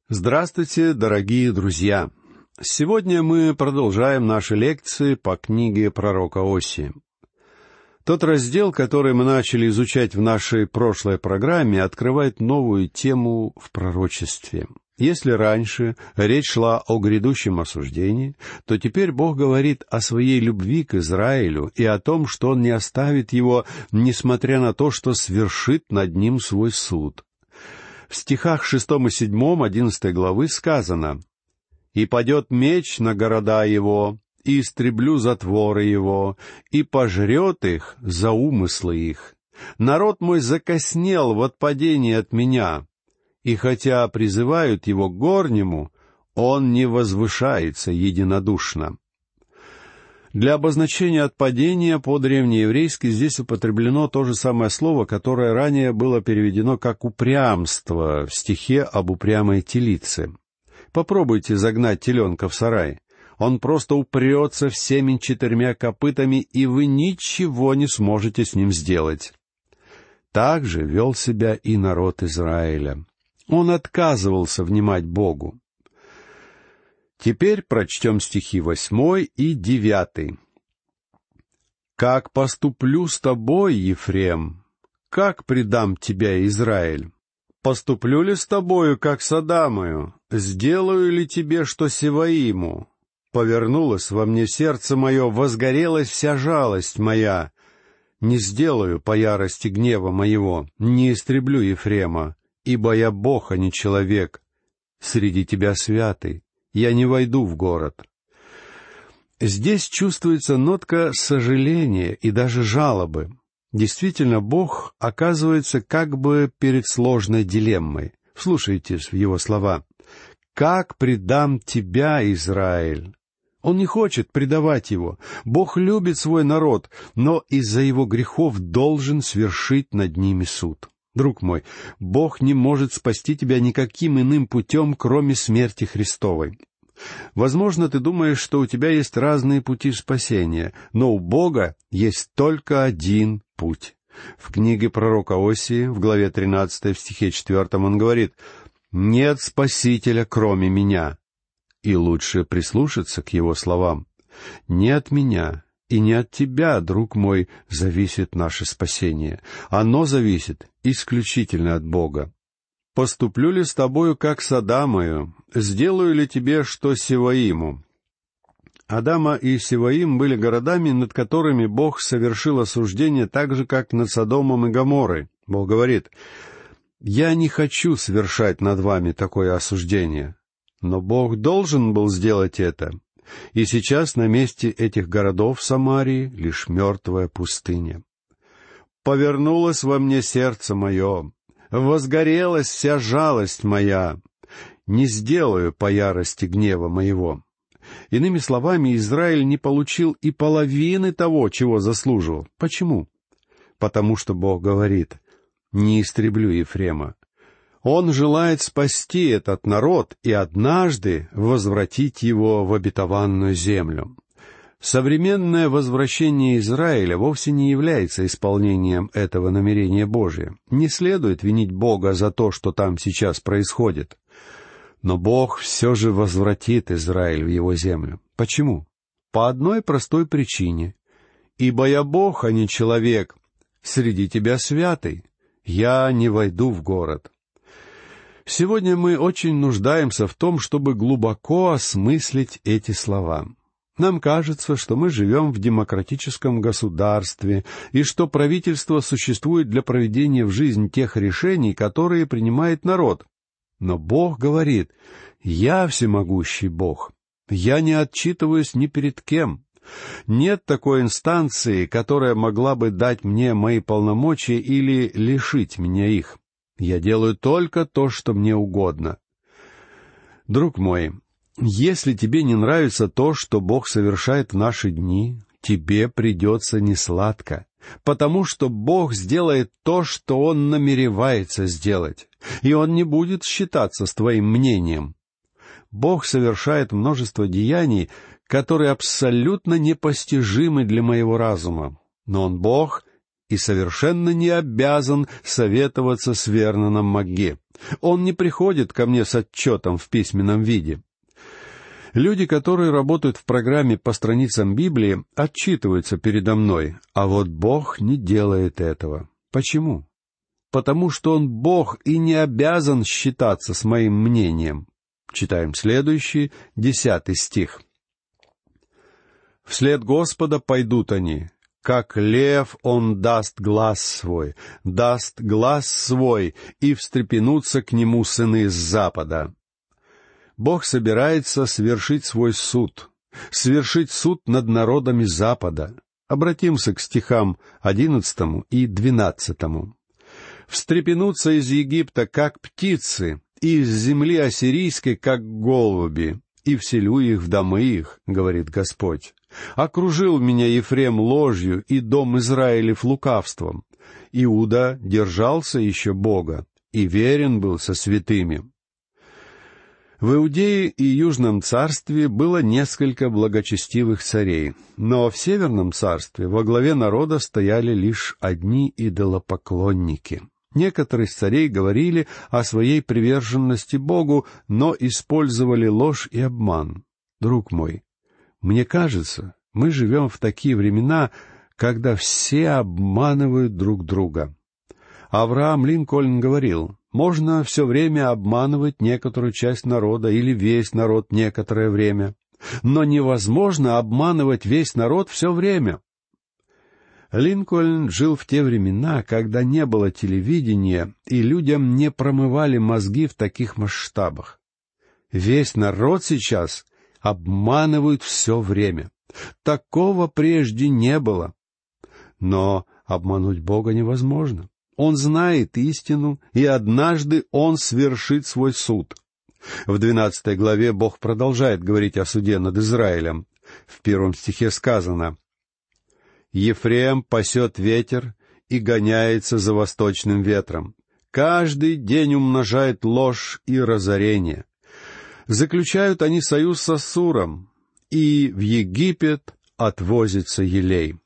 Здравствуйте, дорогие друзья! Сегодня мы продолжаем наши лекции по книге пророка Осии. Тот раздел, который мы начали изучать в нашей прошлой программе, открывает новую тему в пророчестве. Если раньше речь шла о грядущем осуждении, то теперь Бог говорит о своей любви к Израилю и о том, что Он не оставит его, несмотря на то, что свершит над ним свой суд. В стихах 6 и 7 11 главы сказано: «И падет меч на города его, и истреблю затворы его, и пожрет их за умыслы их. Народ мой закоснел в отпадении от меня, и хотя призывают его к горнему, он не возвышается единодушно». Для обозначения отпадения по-древнееврейски здесь употреблено то же самое слово, которое ранее было переведено как «упрямство» в стихе об упрямой телице. Попробуйте загнать теленка в сарай. Он просто упрется всеми 4 копытами, и вы ничего не сможете с ним сделать. Так же вел себя и народ Израиля. Он отказывался внимать Богу. Теперь прочтем стихи 8 и 9. «Как поступлю с тобой, Ефрем? Как предам тебя, Израиль? Поступлю ли с тобою, как с Адамою? Сделаю ли тебе, что Севаиму? Повернулось во мне сердце мое, возгорелась вся жалость моя. Не сделаю по ярости гнева моего, не истреблю Ефрема, ибо я Бог, а не человек. Среди тебя святый. Я не войду в город». Здесь чувствуется нотка сожаления и даже жалобы. Действительно, Бог оказывается как бы перед сложной дилеммой. Вслушайтесь в его слова. «Как предам тебя, Израиль?» Он не хочет предавать его. Бог любит свой народ, но из-за его грехов должен свершить над ними суд. Друг мой, Бог не может спасти тебя никаким иным путем, кроме смерти Христовой. Возможно, ты думаешь, что у тебя есть разные пути спасения, но у Бога есть только один путь. В книге пророка Осии, в главе 13, в стихе 4 он говорит: «Нет спасителя, кроме меня». И лучше прислушаться к его словам. Не от меня и не от тебя, друг мой, зависит наше спасение. Оно зависит исключительно от Бога. «Поступлю ли с тобою, как с Адамою? Сделаю ли тебе, что Севаиму?» Адама и Севаим были городами, над которыми Бог совершил осуждение так же, как над Содомом и Гоморрой. Бог говорит: «Я не хочу совершать над вами такое осуждение». Но Бог должен был сделать это. И сейчас на месте этих городов Самарии лишь мертвая пустыня. «Повернулось во мне сердце мое, возгорелась вся жалость моя, не сделаю по ярости гнева моего». Иными словами, Израиль не получил и половины того, чего заслуживал. Почему? Потому что Бог говорит: «Не истреблю Ефрема». Он желает спасти этот народ и однажды возвратить его в обетованную землю. Современное возвращение Израиля вовсе не является исполнением этого намерения Божия. Не следует винить Бога за то, что там сейчас происходит. Но Бог все же возвратит Израиль в его землю. Почему? По одной простой причине. «Ибо я Бог, а не человек. Среди тебя святый. Я не войду в город». Сегодня мы очень нуждаемся в том, чтобы глубоко осмыслить эти слова. Нам кажется, что мы живем в демократическом государстве, и что правительство существует для проведения в жизнь тех решений, которые принимает народ. Но Бог говорит: «Я всемогущий Бог. Я не отчитываюсь ни перед кем. Нет такой инстанции, которая могла бы дать мне мои полномочия или лишить меня их. Я делаю только то, что мне угодно». Друг мой, если тебе не нравится то, что Бог совершает в наши дни, тебе придется несладко, потому что Бог сделает то, что Он намеревается сделать, и Он не будет считаться с твоим мнением. Бог совершает множество деяний, которые абсолютно непостижимы для моего разума, но Он Бог, и совершенно не обязан советоваться с Верноном Магге. Он не приходит ко мне с отчетом в письменном виде. Люди, которые работают в программе по страницам Библии, отчитываются передо мной, а вот Бог не делает этого. Почему? Потому что Он Бог и не обязан считаться с моим мнением. Читаем следующий, 10 стих. «Вслед Господа пойдут они, как лев он даст глас свой, и встрепенутся к нему сыны с запада». Бог собирается свершить свой суд, свершить суд над народами Запада. Обратимся к стихам 11 и 12. «Встрепенутся из Египта, как птицы, и из земли ассирийской, как голуби, и вселю их в домы их, говорит Господь. Окружил меня Ефрем ложью, и дом Израилев лукавством. Иуда держался еще Бога, и верен был со святыми». В Иудее и Южном царстве было несколько благочестивых царей, но в Северном царстве во главе народа стояли лишь одни идолопоклонники. Некоторые из царей говорили о своей приверженности Богу, но использовали ложь и обман. Друг мой, мне кажется, мы живем в такие времена, когда все обманывают друг друга. Авраам Линкольн говорил: можно все время обманывать некоторую часть народа или весь народ некоторое время, но невозможно обманывать весь народ все время. Линкольн жил в те времена, когда не было телевидения, и людям не промывали мозги в таких масштабах. Весь народ сейчас обманывают все время. Такого прежде не было. Но обмануть Бога невозможно. Он знает истину, и однажды Он свершит свой суд. В 12 главе Бог продолжает говорить о суде над Израилем. В 1 стихе сказано: «Ефрем пасет ветер и гоняется за восточным ветром. Каждый день умножает ложь и разорение. Заключают они союз с Ассуром, и в Египет отвозится елей».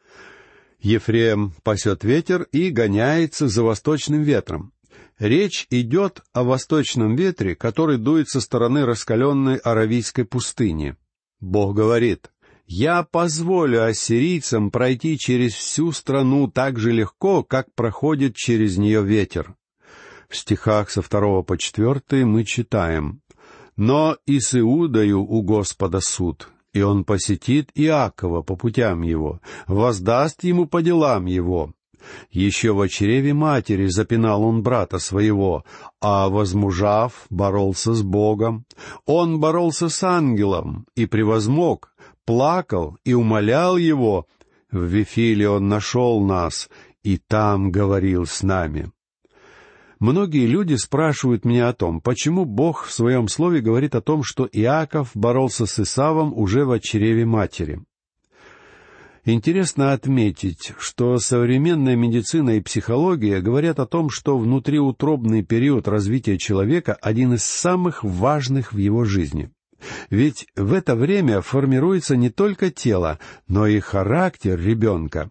Ефрем пасет ветер и гоняется за восточным ветром. Речь идет о восточном ветре, который дует со стороны раскаленной Аравийской пустыни. Бог говорит: «Я позволю ассирийцам пройти через всю страну так же легко, как проходит через нее ветер». В стихах со 2 по 4 мы читаем: «Но и с Иудою у Господа суд, и он посетит Иакова по путям его, воздаст ему по делам его. Еще в чреве матери запинал он брата своего, а, возмужав, боролся с Богом. Он боролся с ангелом и превозмог, плакал и умолял его. В Вифиле он нашел нас, и там говорил с нами». Многие люди спрашивают меня о том, почему Бог в Своем Слове говорит о том, что Иаков боролся с Исавом уже в чреве матери. Интересно отметить, что современная медицина и психология говорят о том, что внутриутробный период развития человека один из самых важных в его жизни. Ведь в это время формируется не только тело, но и характер ребенка.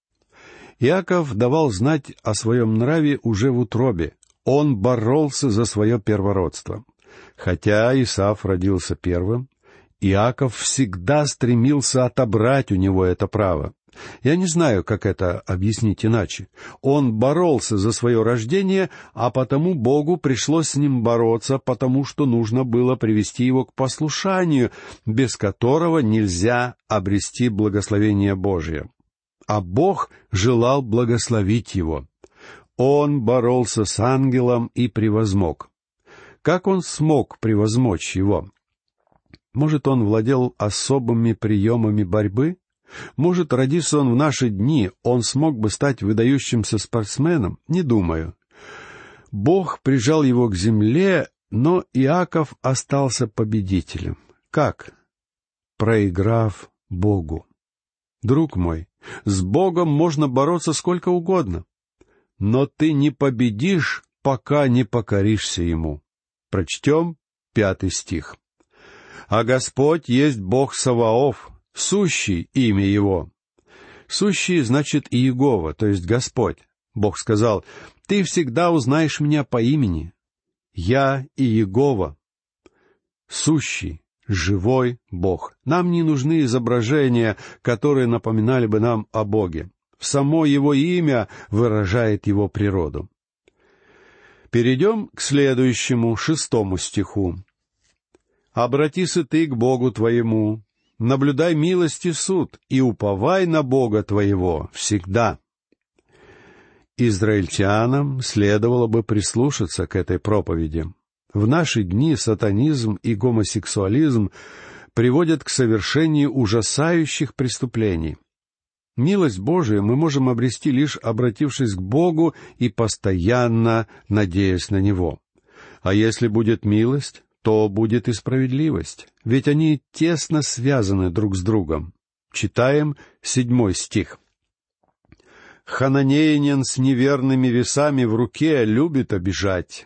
Иаков давал знать о своем нраве уже в утробе. Он боролся за свое первородство. Хотя Исав родился первым, Иаков всегда стремился отобрать у него это право. Я не знаю, как это объяснить иначе. Он боролся за свое рождение, а потому Богу пришлось с ним бороться, потому что нужно было привести его к послушанию, без которого нельзя обрести благословение Божие. А Бог желал благословить его. Он боролся с ангелом и превозмог. Как он смог превозмочь его? Может, он владел особыми приемами борьбы? Может, родись он в наши дни, он смог бы стать выдающимся спортсменом? Не думаю. Бог прижал его к земле, но Иаков остался победителем. Как? Проиграв Богу. Друг мой, с Богом можно бороться сколько угодно, но ты не победишь, пока не покоришься Ему. Прочтем 5 стих. «А Господь есть Бог Саваоф, сущий имя Его». Сущий значит Иегова, то есть Господь. Бог сказал: «Ты всегда узнаешь меня по имени. Я Иегова». Сущий, живой Бог. Нам не нужны изображения, которые напоминали бы нам о Боге. Само Его имя выражает Его природу. Перейдем к следующему, 6 стиху. «Обратись и ты к Богу твоему, наблюдай милость и суд, и уповай на Бога твоего всегда». Израильтянам следовало бы прислушаться к этой проповеди. В наши дни сатанизм и гомосексуализм приводят к совершению ужасающих преступлений. Милость Божию мы можем обрести, лишь обратившись к Богу и постоянно надеясь на Него. А если будет милость, то будет и справедливость, ведь они тесно связаны друг с другом. Читаем 7 стих. «Хананеянин с неверными весами в руке любит обижать».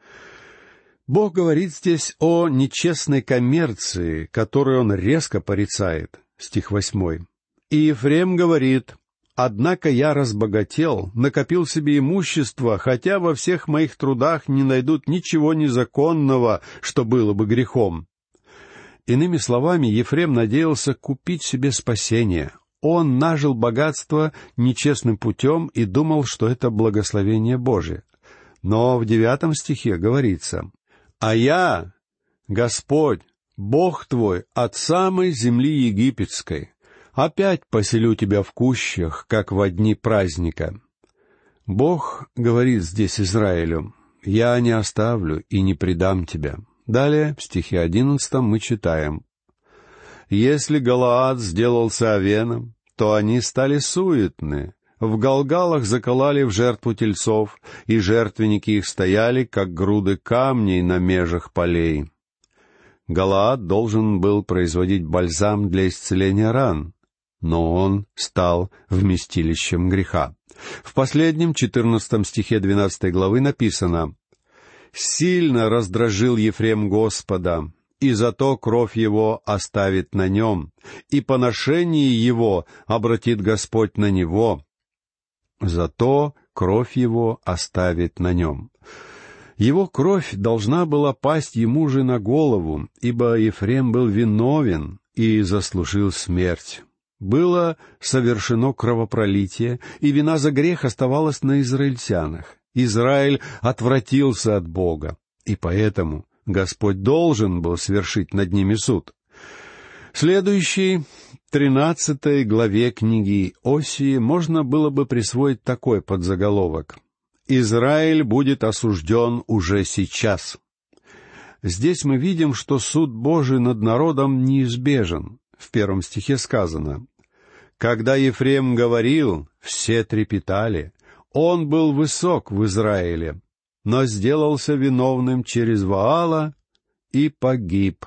Бог говорит здесь о нечестной коммерции, которую Он резко порицает. Стих 8. «И Ефрем говорит: однако я разбогател, накопил себе имущество, хотя во всех моих трудах не найдут ничего незаконного, что было бы грехом». Иными словами, Ефрем надеялся купить себе спасение. Он нажил богатство нечестным путем и думал, что это благословение Божие. Но в 9 стихе говорится: «А я, Господь, Бог твой, от самой земли египетской, опять поселю тебя в кущах, как во дни праздника». Бог говорит здесь Израилю: «Я не оставлю и не предам тебя». Далее, в стихе 11 мы читаем: «Если Галаад сделался овеном, то они стали суетны. В Галгалах закололи в жертву тельцов, и жертвенники их стояли, как груды камней на межах полей». Галаад должен был производить бальзам для исцеления ран, но он стал вместилищем греха. В последнем 14 стихе 12 главы написано: «Сильно раздражил Ефрем Господа, и зато кровь его оставит на нем, и поношение его обратит Господь на него, зато кровь его оставит на нем». Его кровь должна была пасть ему же на голову, ибо Ефрем был виновен и заслужил смерть. Было совершено кровопролитие, и вина за грех оставалась на израильтянах. Израиль отвратился от Бога, и поэтому Господь должен был свершить над ними суд. Следующей, 13 главе книги Осии, можно было бы присвоить такой подзаголовок: «Израиль будет осужден уже сейчас». Здесь мы видим, что суд Божий над народом неизбежен. В 1 стихе сказано: «Когда Ефрем говорил, все трепетали. Он был высок в Израиле, но сделался виновным через Ваала и погиб».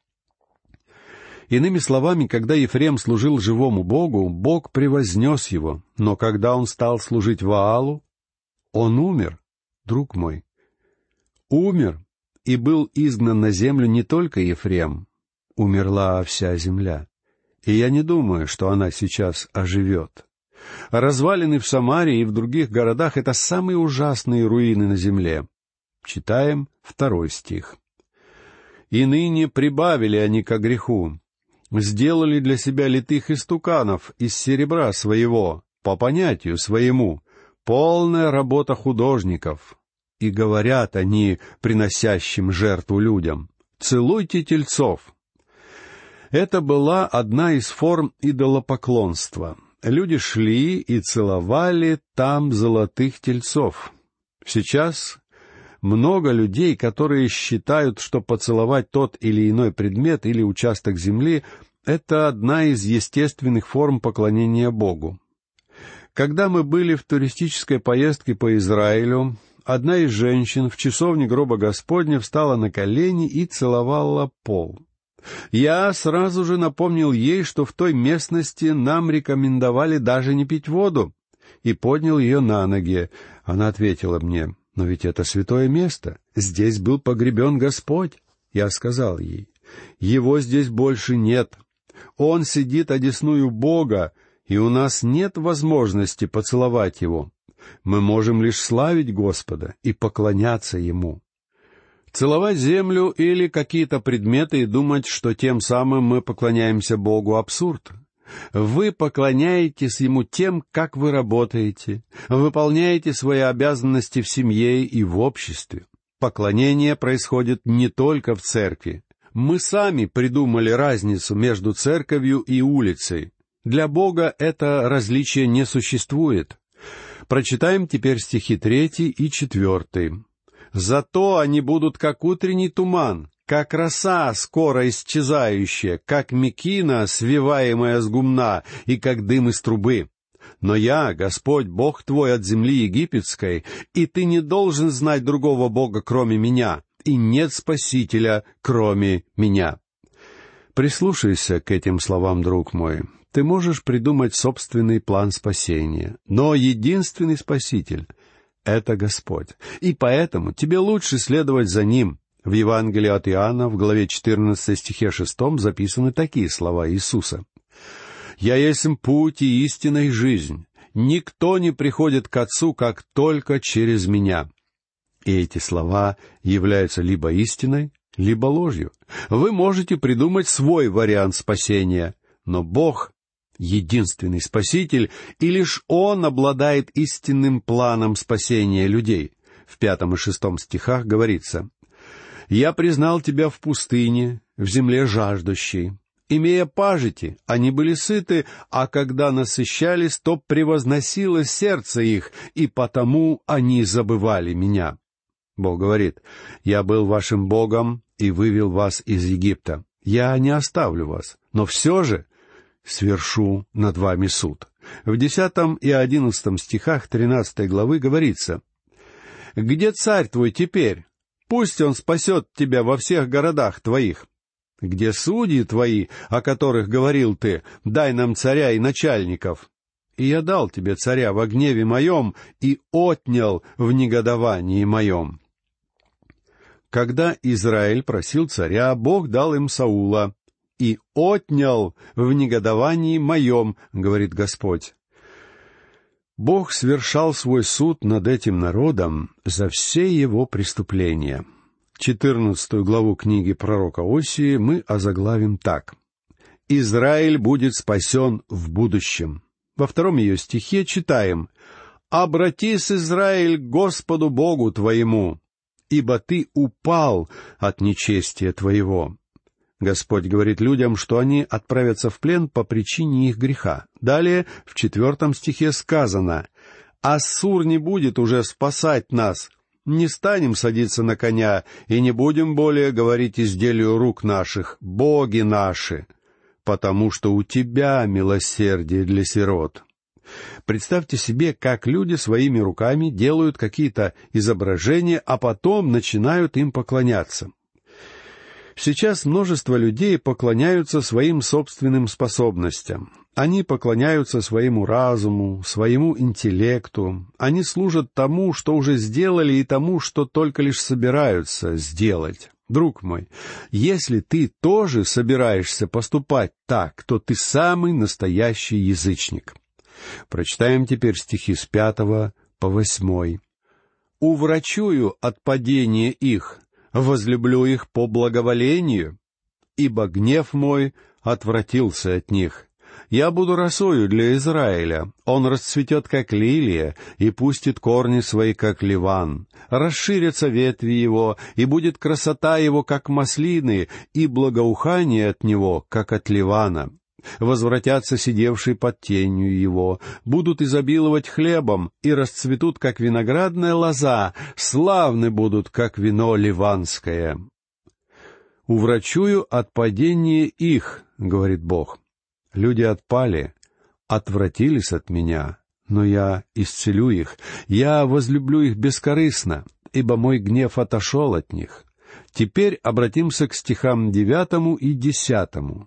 Иными словами, когда Ефрем служил живому Богу, Бог превознес его, но когда он стал служить Ваалу, он умер, друг мой. Умер, и был изгнан на землю не только Ефрем, умерла вся земля. И я не думаю, что она сейчас оживет. Развалины в Самарии и в других городах — это самые ужасные руины на земле. Читаем 2 стих. «И ныне прибавили они ко греху, сделали для себя литых истуканов из серебра своего, по понятию своему, полная работа художников. И говорят они приносящим жертву людям: целуйте тельцов». Это была одна из форм идолопоклонства. Люди шли и целовали там золотых тельцов. Сейчас много людей, которые считают, что поцеловать тот или иной предмет или участок земли — это одна из естественных форм поклонения Богу. Когда мы были в туристической поездке по Израилю, одна из женщин в часовне гроба Господня встала на колени и целовала пол. Я сразу же напомнил ей, что в той местности нам рекомендовали даже не пить воду, и поднял ее на ноги. Она ответила мне: «Но ведь это святое место, здесь был погребен Господь». Я сказал ей: «Его здесь больше нет. Он сидит одесную Бога, и у нас нет возможности поцеловать его. Мы можем лишь славить Господа и поклоняться Ему. Целовать землю или какие-то предметы и думать, что тем самым мы поклоняемся Богу, абсурд. Вы поклоняетесь Ему тем, как вы работаете, выполняете свои обязанности в семье и в обществе. Поклонение происходит не только в церкви. Мы сами придумали разницу между церковью и улицей. Для Бога это различие не существует. Прочитаем теперь стихи 3 и 4. «Зато они будут, как утренний туман, как роса, скоро исчезающая, как мекина, свиваемая с гумна, и как дым из трубы. Но я, Господь, Бог твой от земли египетской, и ты не должен знать другого Бога, кроме меня, и нет Спасителя, кроме меня». Прислушайся к этим словам, друг мой. Ты можешь придумать собственный план спасения, но единственный Спаситель — это Господь, и поэтому тебе лучше следовать за Ним. В Евангелии от Иоанна, в главе 14, стихе 6 записаны такие слова Иисуса. «Я есть путь и истина и жизнь. Никто не приходит к Отцу, как только через Меня». И эти слова являются либо истиной, либо ложью. Вы можете придумать свой вариант спасения, но Бог — единственный Спаситель, и лишь Он обладает истинным планом спасения людей. В 5 и 6 стихах говорится: «Я признал тебя в пустыне, в земле жаждущей. Имея пажити, они были сыты, а когда насыщались, то превозносилось сердце их, и потому они забывали меня». Бог говорит: «Я был вашим Богом и вывел вас из Египта. Я не оставлю вас, но все же свершу над вами суд». В 10 и 11 стихах 13 главы говорится: «Где царь твой теперь? Пусть он спасет тебя во всех городах твоих. Где судьи твои, о которых говорил ты, дай нам царя и начальников? И я дал тебе царя во гневе моем и отнял в негодовании моем». Когда Израиль просил царя, Бог дал им Саула и отнял в негодовании моем, говорит Господь. Бог свершал свой суд над этим народом за все его преступления. 14 главу книги пророка Осии мы озаглавим так: «Израиль будет спасен в будущем». Во 2 ее стихе читаем: «Обратись, Израиль, к Господу Богу твоему, ибо ты упал от нечестия твоего». Господь говорит людям, что они отправятся в плен по причине их греха. Далее, в 4 стихе сказано: «Ассур не будет уже спасать нас. Не станем садиться на коня, и не будем более говорить изделию рук наших, боги наши, потому что у тебя милосердие для сирот». Представьте себе, как люди своими руками делают какие-то изображения, а потом начинают им поклоняться. Сейчас множество людей поклоняются своим собственным способностям. Они поклоняются своему разуму, своему интеллекту. Они служат тому, что уже сделали, и тому, что только лишь собираются сделать. Друг мой, если ты тоже собираешься поступать так, то ты самый настоящий язычник. Прочитаем теперь стихи с 5 по 8. «Уврачую от падения их, возлюблю их по благоволению, ибо гнев мой отвратился от них. Я буду росою для Израиля, он расцветет, как лилия, и пустит корни свои, как ливан. Расширятся ветви его, и будет красота его, как маслины, и благоухание от него, как от ливана. Возвратятся сидевшие под тенью его, будут изобиловать хлебом и расцветут, как виноградная лоза, славны будут, как вино ливанское». «Уврачую от падения их, — говорит Бог. Люди отпали, отвратились от меня, но я исцелю их, я возлюблю их бескорыстно, ибо мой гнев отошел от них». Теперь обратимся к стихам 9 и 10.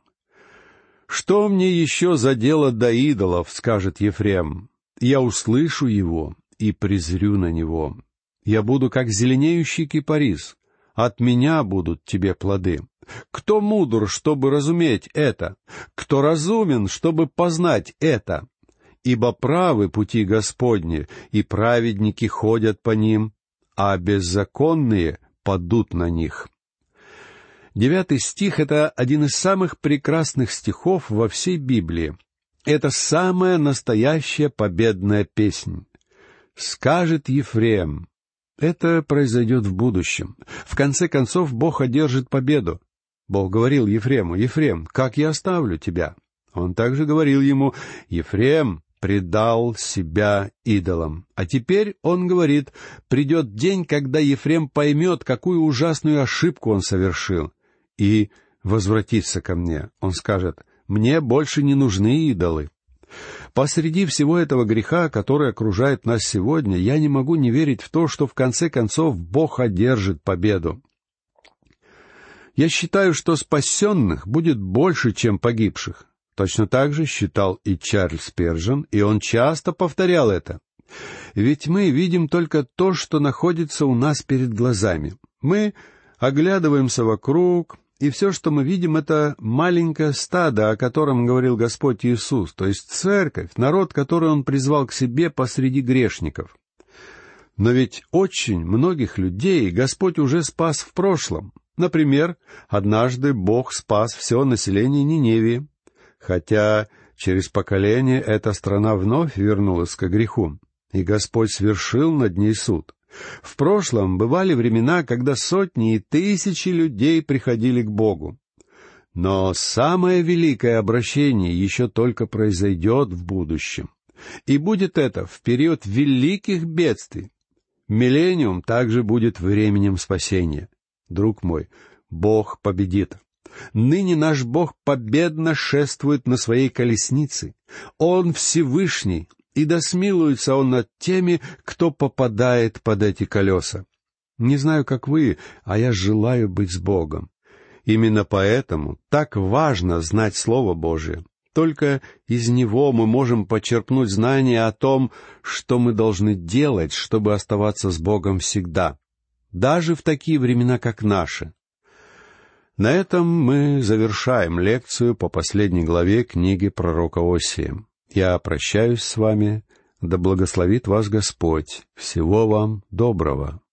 «Что мне еще за дело до идолов, — скажет Ефрем, — я услышу его и презрю на него. Я буду, как зеленеющий кипарис, от меня будут тебе плоды. Кто мудр, чтобы разуметь это? Кто разумен, чтобы познать это? Ибо правы пути Господни, и праведники ходят по ним, а беззаконные падут на них». 9 стих — это один из самых прекрасных стихов во всей Библии. Это самая настоящая победная песнь. «Скажет Ефрем». Это произойдет в будущем. В конце концов, Бог одержит победу. Бог говорил Ефрему: «Ефрем, как я оставлю тебя?» Он также говорил ему: «Ефрем предал себя идолам». А теперь он говорит: придет день, когда Ефрем поймет, какую ужасную ошибку он совершил, и возвратится ко мне. Он скажет: «Мне больше не нужны идолы». Посреди всего этого греха, который окружает нас сегодня, я не могу не верить в то, что в конце концов Бог одержит победу. Я считаю, что спасенных будет больше, чем погибших. Точно так же считал и Чарльз Спержен, и он часто повторял это. Ведь мы видим только то, что находится у нас перед глазами. Мы оглядываемся вокруг, и все, что мы видим, это маленькое стадо, о котором говорил Господь Иисус, то есть церковь, народ, который Он призвал к себе посреди грешников. Но ведь очень многих людей Господь уже спас в прошлом. Например, однажды Бог спас все население Ниневии, хотя через поколение эта страна вновь вернулась к греху, и Господь свершил над ней суд. В прошлом бывали времена, когда сотни и тысячи людей приходили к Богу. Но самое великое обращение еще только произойдет в будущем. И будет это в период великих бедствий. Миллениум также будет временем спасения. Друг мой, Бог победит. Ныне наш Бог победно шествует на своей колеснице. Он Всевышний, и да смилуется Он над теми, кто попадает под эти колеса. Не знаю, как вы, а я желаю быть с Богом. Именно поэтому так важно знать Слово Божие. Только из него мы можем почерпнуть знания о том, что мы должны делать, чтобы оставаться с Богом всегда, даже в такие времена, как наши. На этом мы завершаем лекцию по последней главе книги пророка Осии. Я прощаюсь с вами. Да благословит вас Господь. Всего вам доброго.